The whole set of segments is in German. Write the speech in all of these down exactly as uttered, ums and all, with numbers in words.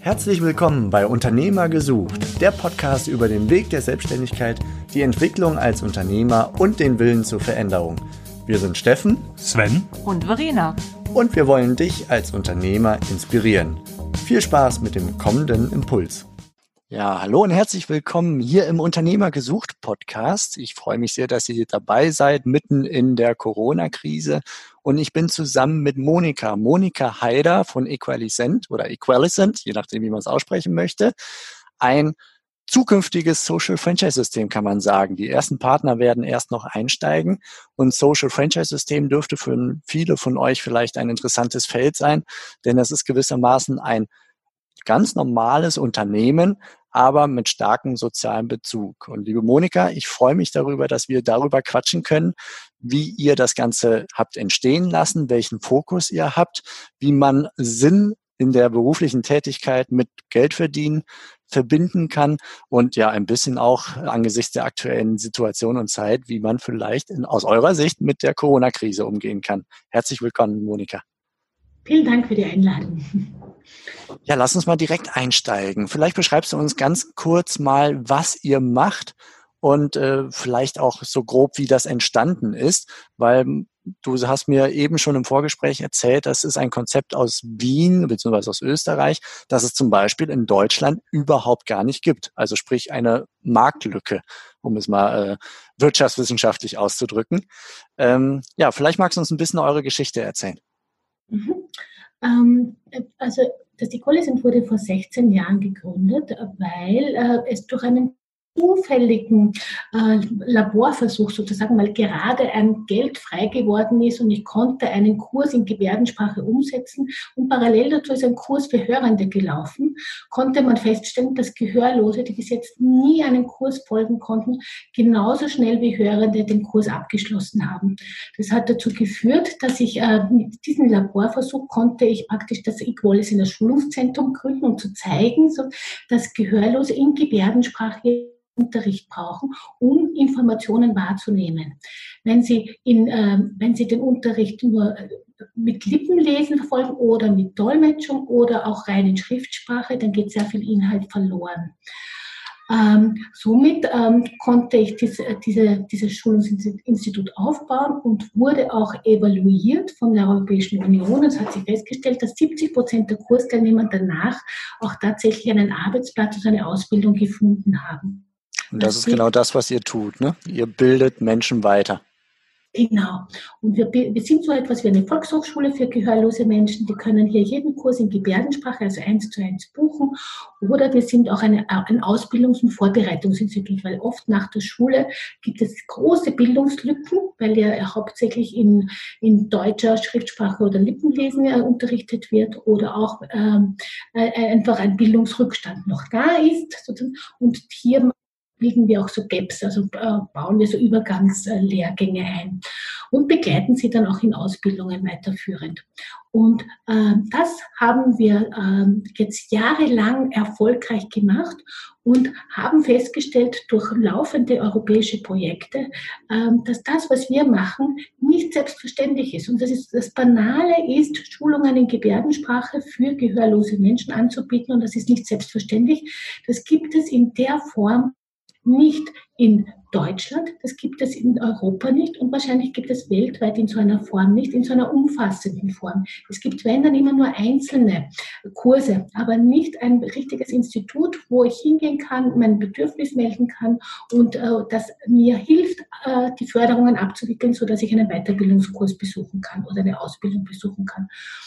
Herzlich willkommen bei Unternehmer gesucht, der Podcast über den Weg der Selbstständigkeit, die Entwicklung als Unternehmer und den Willen zur Veränderung. Wir sind Steffen, Sven und Verena und wir wollen dich als Unternehmer inspirieren. Viel Spaß mit dem kommenden Impuls. Ja, hallo und herzlich willkommen hier im Unternehmer gesucht Podcast. Ich freue mich sehr, dass ihr dabei seid, mitten in der Corona-Krise. Und ich bin zusammen mit Monika, Monika Heider von Equalisent oder Equalisent, je nachdem, wie man es aussprechen möchte. Ein zukünftiges Social Franchise System, kann man sagen. Die ersten Partner werden erst noch einsteigen. Und Social Franchise System dürfte für viele von euch vielleicht ein interessantes Feld sein, denn das ist gewissermaßen ein ganz normales Unternehmen, aber mit starkem sozialen Bezug. Und liebe Monika, ich freue mich darüber, dass wir darüber quatschen können, wie ihr das Ganze habt entstehen lassen, welchen Fokus ihr habt, wie man Sinn in der beruflichen Tätigkeit mit Geldverdienen verbinden kann und ja ein bisschen auch angesichts der aktuellen Situation und Zeit, wie man vielleicht in, aus eurer Sicht mit der Corona-Krise umgehen kann. Herzlich willkommen, Monika. Vielen Dank für die Einladung. Ja, lass uns mal direkt einsteigen. Vielleicht beschreibst du uns ganz kurz mal, was ihr macht und äh, vielleicht auch so grob, wie das entstanden ist, weil du hast mir eben schon im Vorgespräch erzählt, das ist ein Konzept aus Wien bzw. aus Österreich, das es zum Beispiel in Deutschland überhaupt gar nicht gibt. Also sprich eine Marktlücke, um es mal äh, wirtschaftswissenschaftlich auszudrücken. Ähm, ja, vielleicht magst du uns ein bisschen eure Geschichte erzählen. Mhm. Ähm, also das Equalisent wurde vor sechzehn Jahren gegründet, weil äh, es durch einen zufälligen äh, Laborversuch sozusagen, weil gerade ein Geld frei geworden ist und ich konnte einen Kurs in Gebärdensprache umsetzen und parallel dazu ist ein Kurs für Hörende gelaufen, konnte man feststellen, dass Gehörlose, die bis jetzt nie einen Kurs folgen konnten, genauso schnell wie Hörende den Kurs abgeschlossen haben. Das hat dazu geführt, dass ich äh, mit diesem Laborversuch konnte ich praktisch das Equalisent in das Schulungszentrum gründen, um zu zeigen, so, dass Gehörlose in Gebärdensprache Unterricht brauchen, um Informationen wahrzunehmen. Wenn Sie, in, äh, wenn Sie den Unterricht nur mit Lippenlesen verfolgen oder mit Dolmetschung oder auch rein in Schriftsprache, dann geht sehr viel Inhalt verloren. Ähm, somit ähm, konnte ich diese, diese, dieses Schulungsinstitut aufbauen und wurde auch evaluiert von der Europäischen Union. Es hat sich festgestellt, dass siebzig Prozent der Kursteilnehmer danach auch tatsächlich einen Arbeitsplatz oder eine Ausbildung gefunden haben. Und das ist genau das, was ihr tut, ne? Ihr bildet Menschen weiter. Genau. Und wir, wir sind so etwas wie eine Volkshochschule für gehörlose Menschen. Die können hier jeden Kurs in Gebärdensprache, also eins zu eins buchen. Oder wir sind auch eine, ein Ausbildungs- und Vorbereitungsinstitut, weil oft nach der Schule gibt es große Bildungslücken, weil ja hauptsächlich in, in deutscher Schriftsprache oder Lippenlesen ja unterrichtet wird oder auch ähm, einfach ein Bildungsrückstand noch da ist. Sozusagen. Und hier bilden wir auch so Gaps, also äh, bauen wir so Übergangslehrgänge ein und begleiten sie dann auch in Ausbildungen weiterführend. Und äh, das haben wir äh, jetzt jahrelang erfolgreich gemacht und haben festgestellt durch laufende europäische Projekte, äh, dass das, was wir machen, nicht selbstverständlich ist. Und das ist das Banale ist, Schulungen in Gebärdensprache für gehörlose Menschen anzubieten und das ist nicht selbstverständlich. Das gibt es in der Form nicht in Deutschland, das gibt es in Europa nicht und wahrscheinlich gibt es weltweit in so einer Form nicht, in so einer umfassenden Form. Es gibt, wenn dann immer nur einzelne Kurse, aber nicht ein richtiges Institut, wo ich hingehen kann, mein Bedürfnis melden kann und äh, das mir hilft, äh, die Förderungen abzuwickeln, sodass ich einen Weiterbildungskurs besuchen kann oder eine Ausbildung besuchen kann.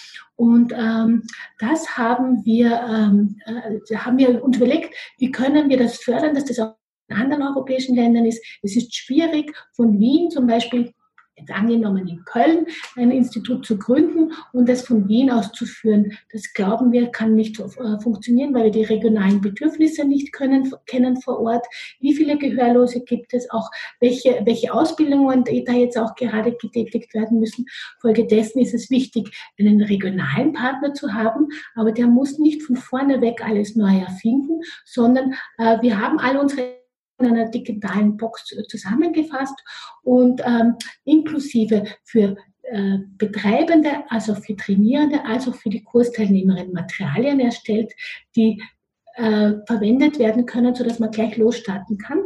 Und ähm, das haben wir, ähm, äh, haben wir uns überlegt, wie können wir das fördern, dass das auch in anderen europäischen Ländern ist. Es ist schwierig, von Wien zum Beispiel, jetzt angenommen in Köln, ein Institut zu gründen und das von Wien aus zu führen. Das glauben wir, kann nicht äh, funktionieren, weil wir die regionalen Bedürfnisse nicht können, kennen vor Ort. Wie viele Gehörlose gibt es auch? Welche, welche Ausbildungen da jetzt auch gerade getätigt werden müssen? Folgedessen ist es wichtig, einen regionalen Partner zu haben, aber der muss nicht von vorne weg alles neu erfinden, sondern äh, wir haben alle unsere in einer digitalen Box zusammengefasst und ähm, inklusive für äh, Betreibende, also für Trainierende, als auch für die Kursteilnehmerinnen Materialien erstellt, die äh, verwendet werden können, sodass man gleich losstarten kann.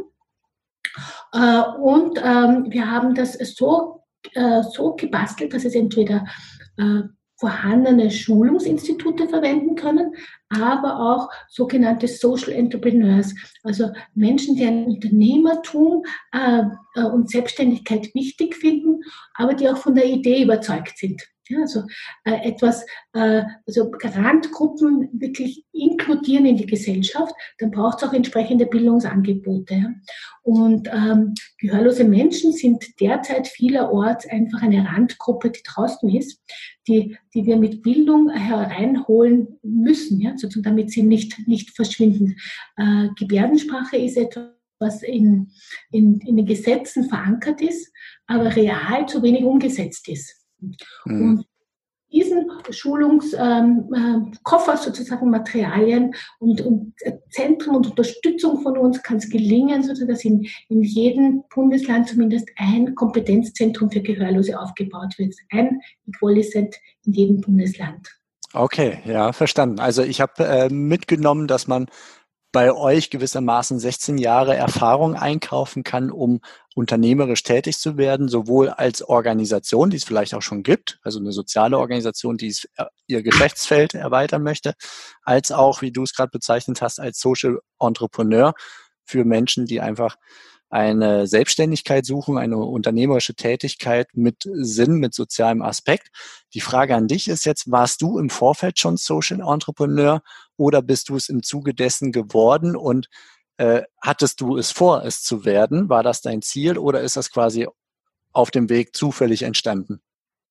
Äh, und ähm, wir haben das so, äh, so gebastelt, dass es entweder äh, vorhandene Schulungsinstitute verwenden können, aber auch sogenannte Social Entrepreneurs, also Menschen, die ein Unternehmertum äh, äh, und Selbstständigkeit wichtig finden, aber die auch von der Idee überzeugt sind. Ja, also äh, etwas, äh, also Randgruppen wirklich inkludieren in die Gesellschaft, dann braucht es auch entsprechende Bildungsangebote. Ja. Und ähm, gehörlose Menschen sind derzeit vielerorts einfach eine Randgruppe, die draußen ist, die, die wir mit Bildung hereinholen müssen, ja, sozusagen, damit sie nicht, nicht verschwinden. Äh, Gebärdensprache ist etwas, was in, in, in den Gesetzen verankert ist, aber real zu wenig umgesetzt ist. Mhm. Und diesen Schulungskoffer, ähm, sozusagen Materialien und, und Zentren und Unterstützung von uns kann es gelingen, sozusagen, dass in, in jedem Bundesland zumindest ein Kompetenzzentrum für Gehörlose aufgebaut wird. Ein Equalicent in jedem Bundesland. Okay, ja, verstanden. Also ich habe äh, mitgenommen, dass man bei euch gewissermaßen sechzehn Jahre Erfahrung einkaufen kann, um unternehmerisch tätig zu werden, sowohl als Organisation, die es vielleicht auch schon gibt, also eine soziale Organisation, die ihr Geschäftsfeld erweitern möchte, als auch, wie du es gerade bezeichnet hast, als Social Entrepreneur für Menschen, die einfach eine Selbstständigkeit suchen, eine unternehmerische Tätigkeit mit Sinn, mit sozialem Aspekt. Die Frage an dich ist jetzt, warst du im Vorfeld schon Social Entrepreneur oder bist du es im Zuge dessen geworden und äh, hattest du es vor, es zu werden? War das dein Ziel oder ist das quasi auf dem Weg zufällig entstanden?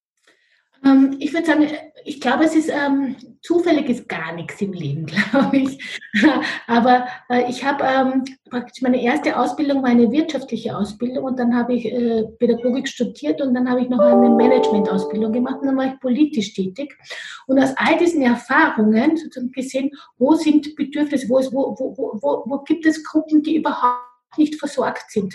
Ähm, ich würde sagen, ich glaube, es ist ähm, zufällig ist gar nichts im Leben, glaube ich. Aber äh, ich habe ähm, praktisch meine erste Ausbildung war eine wirtschaftliche Ausbildung und dann habe ich äh, Pädagogik studiert und dann habe ich noch eine Management-Ausbildung gemacht und dann war ich politisch tätig. Und aus all diesen Erfahrungen sozusagen gesehen, wo sind Bedürfnisse, wo, ist, wo, wo, wo, wo gibt es Gruppen, die überhaupt nicht versorgt sind.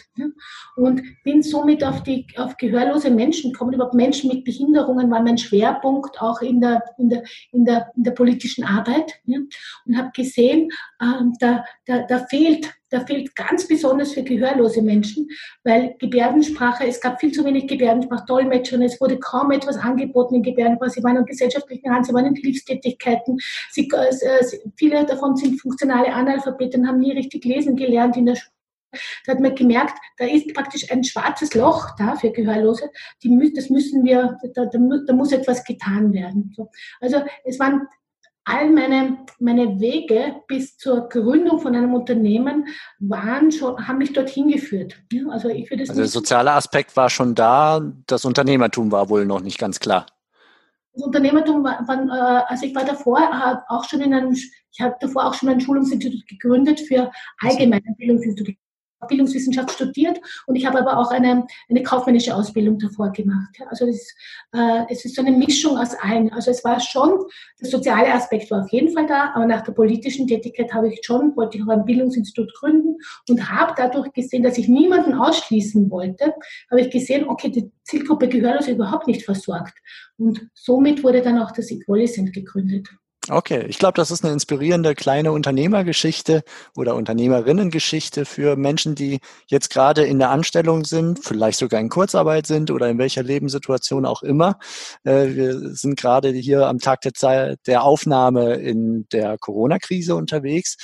Und bin somit auf die auf gehörlose Menschen gekommen, überhaupt Menschen mit Behinderungen war mein Schwerpunkt auch in der, in der, in der, in der politischen Arbeit. Und habe gesehen, ähm, da, da, da fehlt Da fehlt ganz besonders für gehörlose Menschen, weil Gebärdensprache, es gab viel zu wenig Gebärdensprachdolmetscher, es wurde kaum etwas angeboten in Gebärdensprache. Sie waren in gesellschaftlichen Hand, sie waren in Hilfstätigkeiten. Sie, äh, viele davon sind funktionale Analphabeten, haben nie richtig lesen gelernt in der Schule. Da hat man gemerkt, da ist praktisch ein schwarzes Loch da für Gehörlose. Die, das müssen wir, da, da, da muss etwas getan werden. So. Also es waren all meine, meine Wege bis zur Gründung von einem Unternehmen waren schon, haben mich dorthin geführt. Ja, also ich würde es also der soziale Aspekt war schon da, das Unternehmertum war wohl noch nicht ganz klar. Das Unternehmertum war, war, also ich war davor auch schon in einem, ich habe davor auch schon ein Schulungsinstitut gegründet für allgemeine Bildungsinstitute. Bildungswissenschaft studiert und ich habe aber auch eine, eine kaufmännische Ausbildung davor gemacht. Also das, äh, es ist so eine Mischung aus allen. Also es war schon, der soziale Aspekt war auf jeden Fall da, aber nach der politischen Tätigkeit habe ich schon, wollte ich auch ein Bildungsinstitut gründen und habe dadurch gesehen, dass ich niemanden ausschließen wollte, habe ich gesehen, okay, die Zielgruppe Gehörlose ist überhaupt nicht versorgt. Und somit wurde dann auch das Equalicent gegründet. Okay, ich glaube, das ist eine inspirierende kleine Unternehmergeschichte oder Unternehmerinnengeschichte für Menschen, die jetzt gerade in der Anstellung sind, vielleicht sogar in Kurzarbeit sind oder in welcher Lebenssituation auch immer. Wir sind gerade hier am Tag der Zeit der Aufnahme in der Corona-Krise unterwegs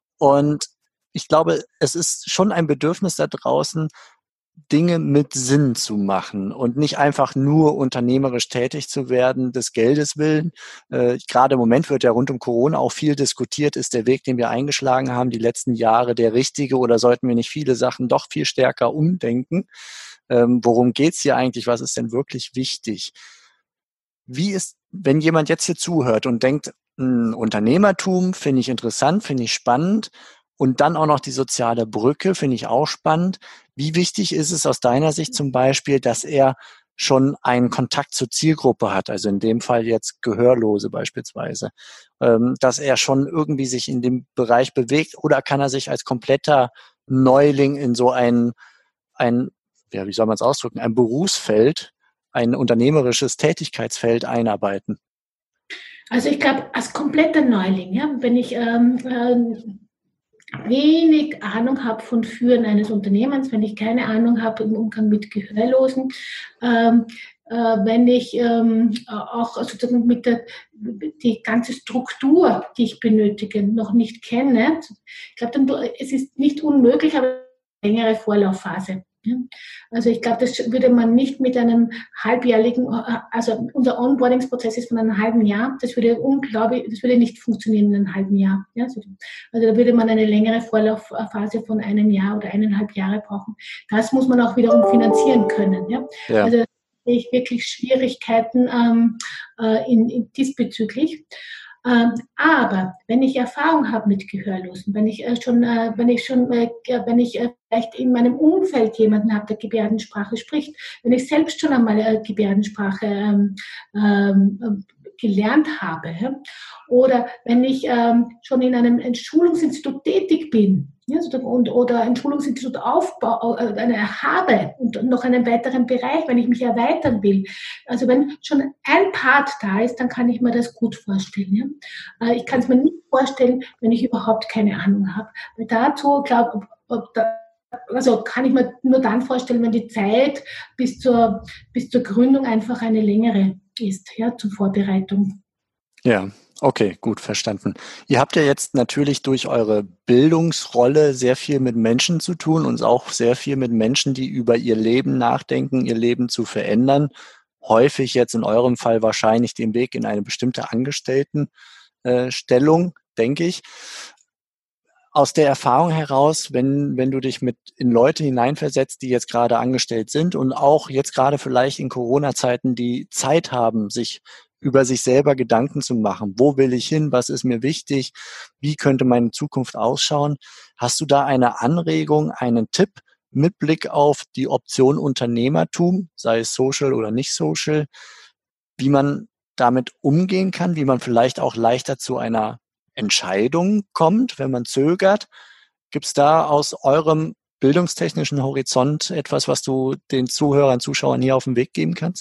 und ich glaube, es ist schon ein Bedürfnis da draußen, Dinge mit Sinn zu machen und nicht einfach nur unternehmerisch tätig zu werden, des Geldes willen. Äh, gerade im Moment wird ja rund um Corona auch viel diskutiert, ist der Weg, den wir eingeschlagen haben, die letzten Jahre der richtige oder sollten wir nicht viele Sachen doch viel stärker umdenken? Ähm, worum geht's hier eigentlich? Was ist denn wirklich wichtig? Wie ist, wenn jemand jetzt hier zuhört und denkt, mh, Unternehmertum finde ich interessant, finde ich spannend, und dann auch noch die soziale Brücke, finde ich auch spannend. Wie wichtig ist es aus deiner Sicht zum Beispiel, dass er schon einen Kontakt zur Zielgruppe hat, also in dem Fall jetzt Gehörlose beispielsweise, ähm, dass er schon irgendwie sich in dem Bereich bewegt oder kann er sich als kompletter Neuling in so ein, ein ja, wie soll man es ausdrücken, ein Berufsfeld ein unternehmerisches Tätigkeitsfeld einarbeiten? Also ich glaube, als kompletter Neuling, ja, wenn ich ähm, ähm, wenig Ahnung habe von Führen eines Unternehmens, wenn ich keine Ahnung habe im Umgang mit Gehörlosen, ähm, äh, wenn ich ähm, auch sozusagen mit der die ganze Struktur, die ich benötige, noch nicht kenne. Ich glaube, dann es ist nicht unmöglich, aber eine längere Vorlaufphase. Ja. Also ich glaube, das würde man nicht mit einem halbjährlichen, also unser Onboardingsprozess ist von einem halben Jahr, das würde unglaublich, das würde nicht funktionieren in einem halben Jahr. Ja. Also da würde man eine längere Vorlaufphase von einem Jahr oder eineinhalb Jahre brauchen. Das muss man auch wiederum finanzieren können. Ja. Ja. Also sehe ich wirklich Schwierigkeiten ähm, äh, in, in diesbezüglich. Ähm, aber wenn ich Erfahrung habe mit Gehörlosen, wenn ich äh, schon, äh, wenn ich schon, äh, wenn ich äh, vielleicht in meinem Umfeld jemanden habe, der Gebärdensprache spricht, wenn ich selbst schon einmal äh, Gebärdensprache ähm, ähm, gelernt habe, ja? Oder wenn ich ähm, schon in einem Schulungsinstitut tätig bin, ja, und, oder ein Schulungsinstitut aufbau, äh, habe und noch einen weiteren Bereich, wenn ich mich erweitern will. Also wenn schon ein Part da ist, dann kann ich mir das gut vorstellen. Ja. Äh, ich kann es mir nicht vorstellen, wenn ich überhaupt keine Ahnung habe. Weil dazu, glaube also kann ich mir nur dann vorstellen, wenn die Zeit bis zur, bis zur Gründung einfach eine längere ist, ja, zur Vorbereitung. Ja, okay, gut, verstanden. Ihr habt ja jetzt natürlich durch eure Bildungsrolle sehr viel mit Menschen zu tun und auch sehr viel mit Menschen, die über ihr Leben nachdenken, ihr Leben zu verändern. Häufig jetzt in eurem Fall wahrscheinlich den Weg in eine bestimmte Angestelltenstellung, denke ich. Aus der Erfahrung heraus, wenn, wenn du dich mit in Leute hineinversetzt, die jetzt gerade angestellt sind und auch jetzt gerade vielleicht in Corona-Zeiten die Zeit haben, sich über sich selber Gedanken zu machen. Wo will ich hin? Was ist mir wichtig? Wie könnte meine Zukunft ausschauen? Hast du da eine Anregung, einen Tipp mit Blick auf die Option Unternehmertum, sei es social oder nicht social, wie man damit umgehen kann, wie man vielleicht auch leichter zu einer Entscheidung kommt, wenn man zögert? Gibt es da aus eurem bildungstechnischen Horizont etwas, was du den Zuhörern, Zuschauern hier auf den Weg geben kannst?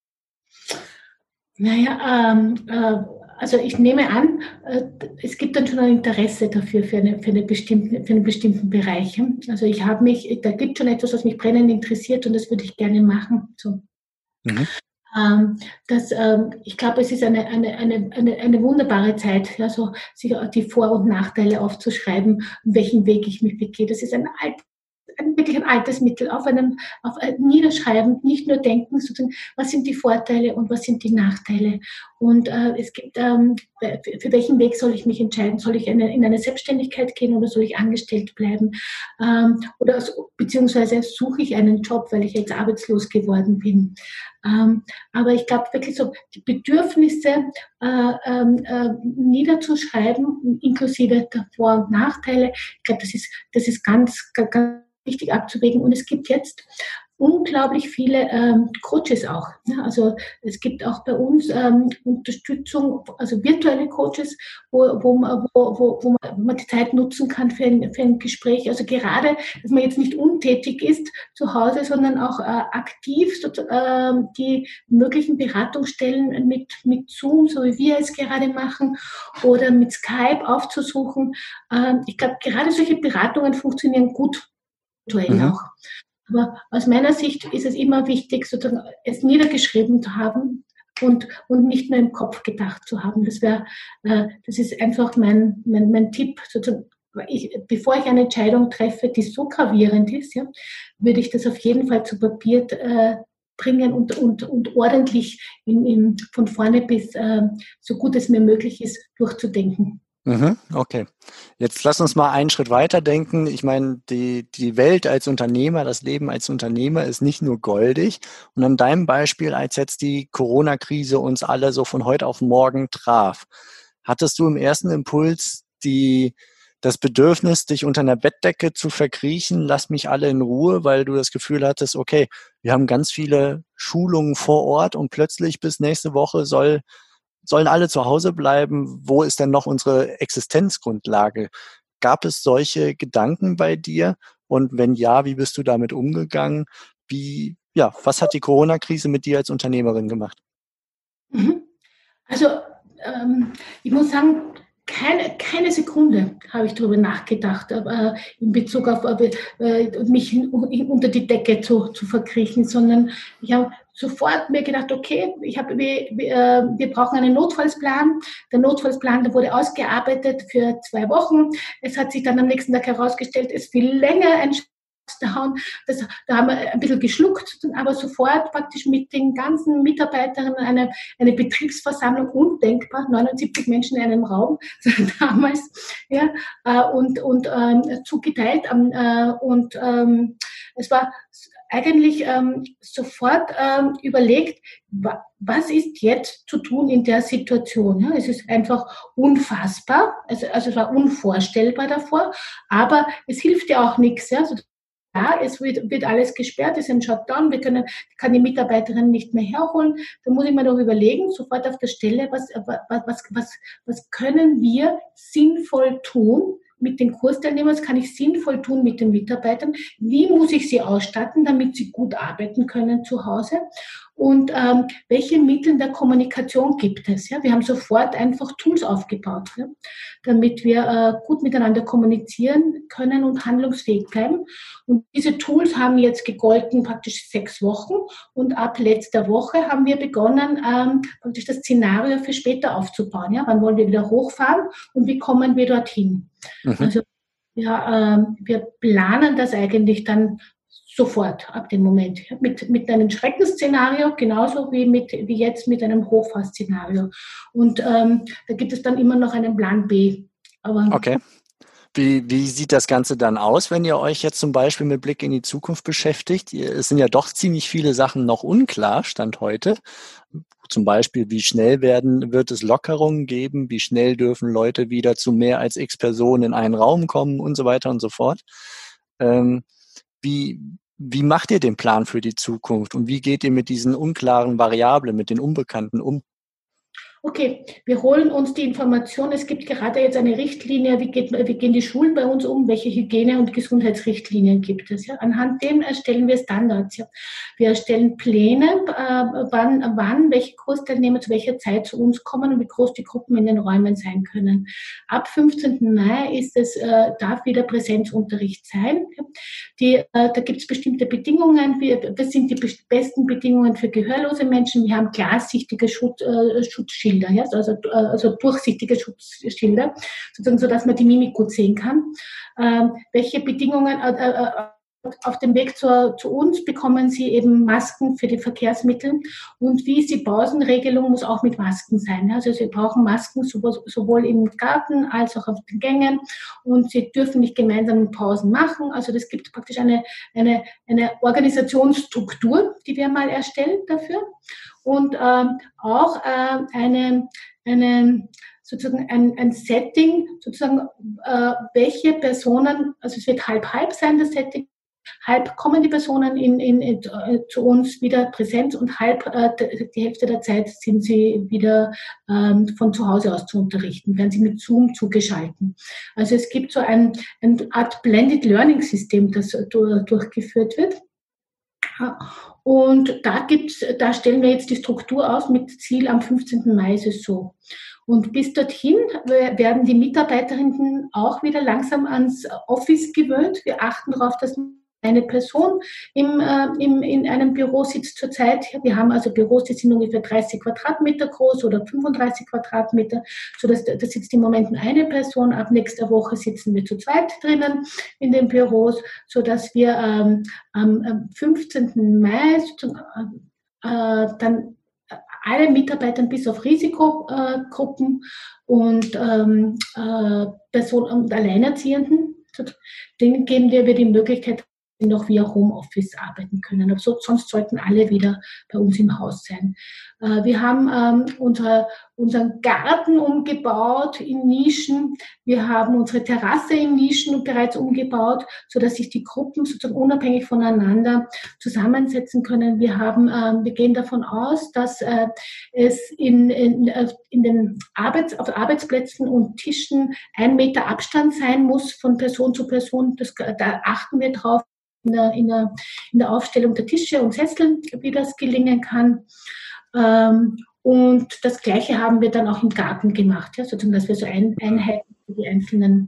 Naja, ähm, äh, also ich nehme an, äh, es gibt dann schon ein Interesse dafür, für, eine, für, eine bestimmte, für einen bestimmten Bereich. Also ich habe mich, da gibt schon etwas, was mich brennend interessiert und das würde ich gerne machen. So. Mhm. Ähm, das, ähm, ich glaube, es ist eine, eine, eine, eine, eine wunderbare Zeit, ja, so, sich die Vor- und Nachteile aufzuschreiben, welchen Weg ich mich begehe. Das ist ein alt, ein, wirklich ein altes Mittel, auf einem, auf ein Niederschreiben, nicht nur denken, sozusagen, was sind die Vorteile und was sind die Nachteile. Und äh, es gibt, ähm, für, für welchen Weg soll ich mich entscheiden? Soll ich eine, in eine Selbstständigkeit gehen oder soll ich angestellt bleiben? Ähm, oder beziehungsweise suche ich einen Job, weil ich jetzt arbeitslos geworden bin. Ähm, aber ich glaube wirklich so, die Bedürfnisse äh, äh, niederzuschreiben, inklusive der Vor- und Nachteile, ich glaube, das ist, das ist ganz, ganz, ganz wichtig abzuwägen. Und es gibt jetzt unglaublich viele ähm, Coaches auch. Ja, also es gibt auch bei uns ähm, Unterstützung, also virtuelle Coaches, wo, wo, man, wo, wo, wo man die Zeit nutzen kann für ein, für ein Gespräch. Also gerade, dass man jetzt nicht untätig ist zu Hause, sondern auch äh, aktiv so, äh, die möglichen Beratungsstellen mit, mit Zoom, so wie wir es gerade machen, oder mit Skype aufzusuchen. Äh, ich glaube, gerade solche Beratungen funktionieren gut virtuell Mhm. auch. Aber aus meiner Sicht ist es immer wichtig, sozusagen es niedergeschrieben zu haben und, und nicht nur im Kopf gedacht zu haben. Das wäre, äh, das ist einfach mein, mein, mein Tipp, sozusagen. Ich, bevor ich eine Entscheidung treffe, die so gravierend ist, ja, würde ich das auf jeden Fall zu Papier äh, bringen und, und, und ordentlich in, in, von vorne bis äh, so gut es mir möglich ist, durchzudenken. Mhm, okay. Jetzt lass uns mal einen Schritt weiter denken. Ich meine, die, die Welt als Unternehmer, das Leben als Unternehmer ist nicht nur goldig. Und an deinem Beispiel, als jetzt die Corona-Krise uns alle so von heute auf morgen traf, hattest du im ersten Impuls die, das Bedürfnis, dich unter einer Bettdecke zu verkriechen, lass mich alle in Ruhe, weil du das Gefühl hattest, okay, wir haben ganz viele Schulungen vor Ort und plötzlich bis nächste Woche soll sollen alle zu Hause bleiben? Wo ist denn noch unsere Existenzgrundlage? Gab es solche Gedanken bei dir? Und wenn ja, wie bist du damit umgegangen? Wie, ja, was hat die Corona-Krise mit dir als Unternehmerin gemacht? Also ähm, ich muss sagen, keine, keine Sekunde habe ich darüber nachgedacht, äh, in Bezug auf äh, mich in, unter die Decke zu, zu verkriechen, sondern ich habe sofort mir gedacht, okay, ich habe, wir, wir, wir brauchen einen Notfallsplan. Der Notfallsplan, der wurde ausgearbeitet für zwei Wochen. Es hat sich dann am nächsten Tag herausgestellt, es viel länger ein Down. Das, da haben wir ein bisschen geschluckt, aber sofort praktisch mit den ganzen Mitarbeiterinnen eine, eine Betriebsversammlung, undenkbar, neunundsiebzig Menschen in einem Raum damals, ja, und, und ähm, zugeteilt. Ähm, und ähm, es war eigentlich ähm, sofort ähm, überlegt, wa- was ist jetzt zu tun in der Situation. Ja? Es ist einfach unfassbar, also, also es war unvorstellbar davor, aber es hilft ja auch nichts. Ja? Also ja, es wird, wird alles gesperrt, es ist ein Shutdown, wir können, kann die Mitarbeiterin nicht mehr herholen. Da muss ich mir doch überlegen, sofort auf der Stelle, was, was, was, was, was können wir sinnvoll tun mit den Kursteilnehmern, was kann ich sinnvoll tun mit den Mitarbeitern, wie muss ich sie ausstatten, damit sie gut arbeiten können zu Hause und ähm, welche Mittel der Kommunikation gibt es. Ja? Wir haben sofort einfach Tools aufgebaut, ja? damit wir äh, gut miteinander kommunizieren können und handlungsfähig bleiben. Und diese Tools haben jetzt gegolten praktisch sechs Wochen und ab letzter Woche haben wir begonnen, ähm, praktisch das Szenario für später aufzubauen. Ja? Wann wollen wir wieder hochfahren und wie kommen wir dorthin? Mhm. Also ja, ähm, wir planen das eigentlich dann sofort ab dem Moment. Mit, mit einem Schreckensszenario, genauso wie, mit, wie jetzt mit einem Hochfahrtszenario. Und ähm, da gibt es dann immer noch einen Plan B. Aber okay. Wie, wie sieht das Ganze dann aus, wenn ihr euch jetzt zum Beispiel mit Blick in die Zukunft beschäftigt? Es sind ja doch ziemlich viele Sachen noch unklar, Stand heute. Zum Beispiel, wie schnell werden, wird es Lockerungen geben? Wie schnell dürfen Leute wieder zu mehr als x Personen in einen Raum kommen und so weiter und so fort? Ähm, wie, wie macht ihr den Plan für die Zukunft und wie geht ihr mit diesen unklaren Variablen, mit den Unbekannten um? Okay, wir holen uns die Information. Es gibt gerade jetzt eine Richtlinie, wie, geht, wie gehen die Schulen bei uns um, welche Hygiene- und Gesundheitsrichtlinien gibt es. Ja? Anhand dem erstellen wir Standards. Ja? Wir erstellen Pläne, äh, wann, wann welche Kursteilnehmer zu welcher Zeit zu uns kommen und wie groß die Gruppen in den Räumen sein können. Ab fünfzehnten Mai ist es, äh, darf wieder Präsenzunterricht sein. Die, äh, da gibt es bestimmte Bedingungen. Wir, das sind die besten Bedingungen für gehörlose Menschen. Wir haben klarsichtige Schutz, äh, Schutzschilder. Ja, also, also durchsichtige Schutzschilder, sozusagen, sodass man die Mimik gut sehen kann. Ähm, welche Bedingungen äh, äh, auf dem Weg zur, zu uns bekommen Sie eben Masken für die Verkehrsmittel und wie ist die Pausenregelung, muss auch mit Masken sein. Also Sie brauchen Masken sowohl im Garten als auch auf den Gängen und Sie dürfen nicht gemeinsam Pausen machen. Also das gibt praktisch eine, eine, eine Organisationsstruktur, die wir mal erstellen dafür. Und ähm, auch äh, eine, eine, sozusagen ein, ein Setting, sozusagen äh, welche Personen, also es wird halb-halb sein, das Setting, halb kommen die Personen in, in, in, äh, zu uns wieder präsent und halb äh, die Hälfte der Zeit sind sie wieder ähm, von zu Hause aus zu unterrichten, werden sie mit Zoom zugeschalten. Also es gibt so ein, eine Art Blended Learning System, das durch, durchgeführt wird. Und da gibt's, da stellen wir jetzt die Struktur auf mit Ziel am fünfzehnten Mai ist es so. Und bis dorthin werden die Mitarbeiterinnen auch wieder langsam ans Office gewöhnt. Wir achten darauf, dass eine Person im, äh, im, in einem Büro sitzt zurzeit. Wir haben also Büros, die sind ungefähr dreißig Quadratmeter groß oder fünfunddreißig Quadratmeter, sodass da sitzt im Moment nur eine Person. Ab nächster Woche sitzen wir zu zweit drinnen in den Büros, sodass wir ähm, am fünfzehnten Mai äh, dann alle Mitarbeiter bis auf Risikogruppen und ähm, äh, Personen und Alleinerziehenden, denen geben wir die Möglichkeit, noch via Homeoffice arbeiten können. Aber so, sonst sollten alle wieder bei uns im Haus sein. Äh, wir haben ähm, unsere, unseren Garten umgebaut in Nischen. Wir haben unsere Terrasse in Nischen bereits umgebaut, sodass sich die Gruppen sozusagen unabhängig voneinander zusammensetzen können. Wir haben, ähm, wir gehen davon aus, dass äh, es in, in, in den Arbeits, auf Arbeitsplätzen und Tischen ein Meter Abstand sein muss von Person zu Person. Das, da achten wir drauf. in der, in der, in der Aufstellung der Tische und Sessel, wie das gelingen kann. Ähm, und das Gleiche haben wir dann auch im Garten gemacht, ja, sozusagen, dass wir so ein, Einheiten für die einzelnen.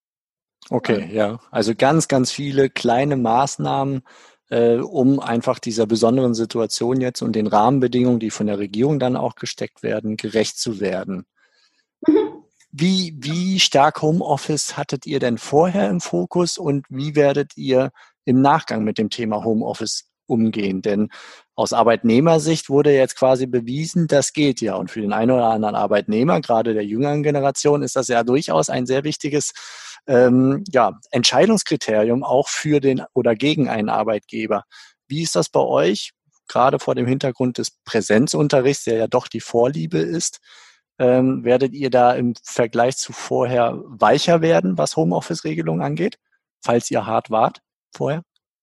Okay, ja. Also ganz, ganz viele kleine Maßnahmen, äh, um einfach dieser besonderen Situation jetzt und den Rahmenbedingungen, die von der Regierung dann auch gesteckt werden, gerecht zu werden. Mhm. Wie, wie stark Homeoffice hattet ihr denn vorher im Fokus und wie werdet ihr im Nachgang mit dem Thema Homeoffice umgehen? Denn aus Arbeitnehmersicht wurde jetzt quasi bewiesen, das geht ja. Und für den einen oder anderen Arbeitnehmer, gerade der jüngeren Generation, ist das ja durchaus ein sehr wichtiges ähm, ja, Entscheidungskriterium auch für den oder gegen einen Arbeitgeber. Wie ist das bei euch, gerade vor dem Hintergrund des Präsenzunterrichts, der ja doch die Vorliebe ist? Ähm, werdet ihr da im Vergleich zu vorher weicher werden, was Homeoffice-Regelungen angeht, falls ihr hart wart vorher?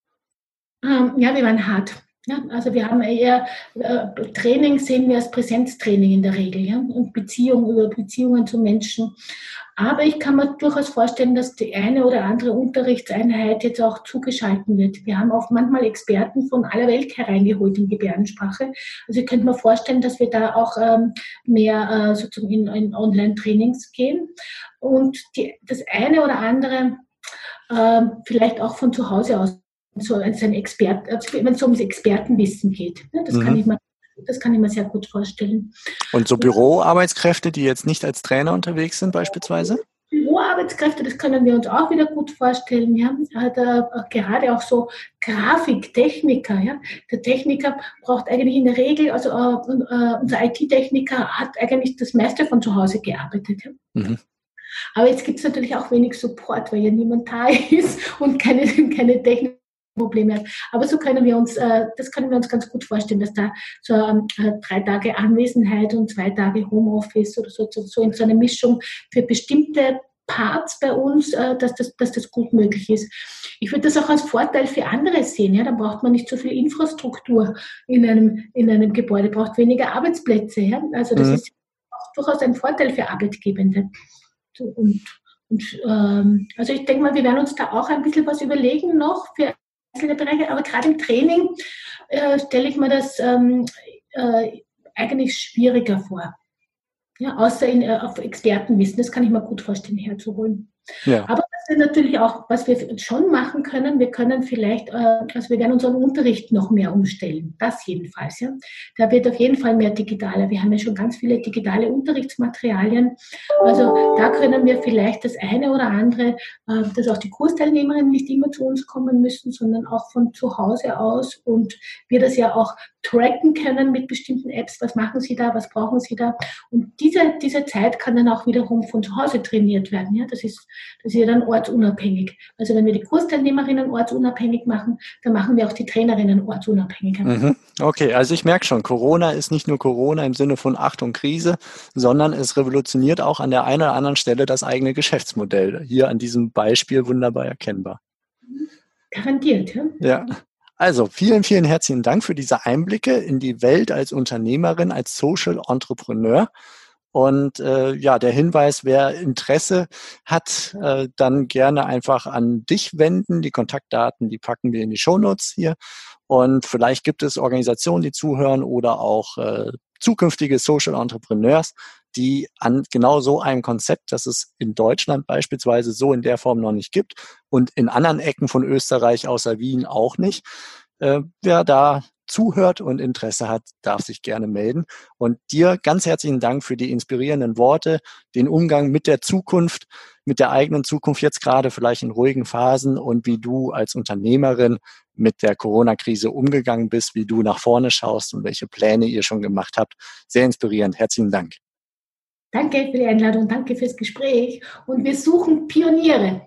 Ähm, ja, wir waren hart. Ja, also wir haben eher äh, Training sehen wir als Präsenztraining in der Regel, ja, und Beziehungen über Beziehungen zu Menschen. Aber ich kann mir durchaus vorstellen, dass die eine oder andere Unterrichtseinheit jetzt auch zugeschalten wird. Wir haben auch manchmal Experten von aller Welt hereingeholt in Gebärdensprache. Also ich könnte mir vorstellen, dass wir da auch ähm, mehr äh, sozusagen in, in Online-Trainings gehen und die, das eine oder andere äh, vielleicht auch von zu Hause aus. So als ein Experte, also wenn es so ums Expertenwissen geht. Ne, das, mhm. kann ich mir, das kann ich mir sehr gut vorstellen. Und so Büroarbeitskräfte, die jetzt nicht als Trainer unterwegs sind beispielsweise? Büroarbeitskräfte, das können wir uns auch wieder gut vorstellen. Ja. Da, gerade auch so Grafiktechniker. Ja. Der Techniker braucht eigentlich in der Regel, also äh, unser I T-Techniker hat eigentlich das meiste von zu Hause gearbeitet. Ja. Mhm. Aber jetzt gibt es natürlich auch wenig Support, weil ja niemand da ist und keine, keine Technik Probleme hat. Aber so können wir uns, äh, das können wir uns ganz gut vorstellen, dass da so äh, drei Tage Anwesenheit und zwei Tage Homeoffice oder so, so in so einer Mischung für bestimmte Parts bei uns, äh, dass, das, dass das gut möglich ist. Ich würde das auch als Vorteil für andere sehen. Ja? Da braucht man nicht so viel Infrastruktur in einem, in einem Gebäude, braucht weniger Arbeitsplätze. Ja? Also das mhm. ist auch durchaus ein Vorteil für Arbeitgebende. Und, und ähm, also ich denke mal, wir werden uns da auch ein bisschen was überlegen noch für einzelne Bereiche, aber gerade im Training äh, stelle ich mir das ähm, äh, eigentlich schwieriger vor. Ja, außer in, äh, auf Expertenwissen, das kann ich mir gut vorstellen, herzuholen. Ja. Aber was wir natürlich auch, was wir schon machen können, wir können vielleicht, äh, also wir werden unseren Unterricht noch mehr umstellen. Das jedenfalls, ja. Da wird auf jeden Fall mehr digitaler. Wir haben ja schon ganz viele digitale Unterrichtsmaterialien. Also da können wir vielleicht das eine oder andere, äh, dass auch die Kursteilnehmerinnen nicht immer zu uns kommen müssen, sondern auch von zu Hause aus und wir das ja auch tracken können mit bestimmten Apps. Was machen sie da? Was brauchen sie da? Und diese, diese Zeit kann dann auch wiederum von zu Hause trainiert werden. Ja, das ist, das ist ja dann ortsunabhängig. Also wenn wir die Kursteilnehmerinnen ortsunabhängig machen, dann machen wir auch die Trainerinnen ortsunabhängiger. Mhm. Okay, also ich merke schon, Corona ist nicht nur Corona im Sinne von Achtung Krise, sondern es revolutioniert auch an der einen oder anderen Stelle das eigene Geschäftsmodell. Hier an diesem Beispiel wunderbar erkennbar. Garantiert, ja. Ja. Also vielen, vielen herzlichen Dank für diese Einblicke in die Welt als Unternehmerin, als Social Entrepreneur. Und äh, ja, der Hinweis, wer Interesse hat, äh, dann gerne einfach an dich wenden. Die Kontaktdaten, die packen wir in die Shownotes hier. Und vielleicht gibt es Organisationen, die zuhören oder auch äh, zukünftige Social Entrepreneurs, die an genau so einem Konzept, das es in Deutschland beispielsweise so in der Form noch nicht gibt und in anderen Ecken von Österreich außer Wien auch nicht. Äh, wer da zuhört und Interesse hat, darf sich gerne melden. Und dir ganz herzlichen Dank für die inspirierenden Worte, den Umgang mit der Zukunft, mit der eigenen Zukunft jetzt gerade vielleicht in ruhigen Phasen und wie du als Unternehmerin mit der Corona-Krise umgegangen bist, wie du nach vorne schaust und welche Pläne ihr schon gemacht habt. Sehr inspirierend. Herzlichen Dank. Danke für die Einladung, danke fürs Gespräch und wir suchen Pioniere.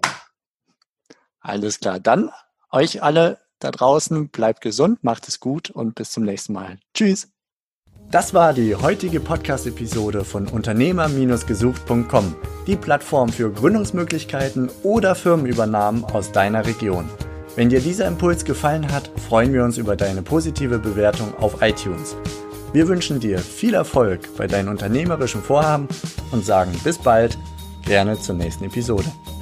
Alles klar, dann euch alle da draußen, bleibt gesund, macht es gut und bis zum nächsten Mal. Tschüss. Das war die heutige Podcast-Episode von Unternehmer gesucht punkt com, die Plattform für Gründungsmöglichkeiten oder Firmenübernahmen aus deiner Region. Wenn dir dieser Impuls gefallen hat, freuen wir uns über deine positive Bewertung auf iTunes. Wir wünschen dir viel Erfolg bei deinen unternehmerischen Vorhaben und sagen bis bald, gerne zur nächsten Episode.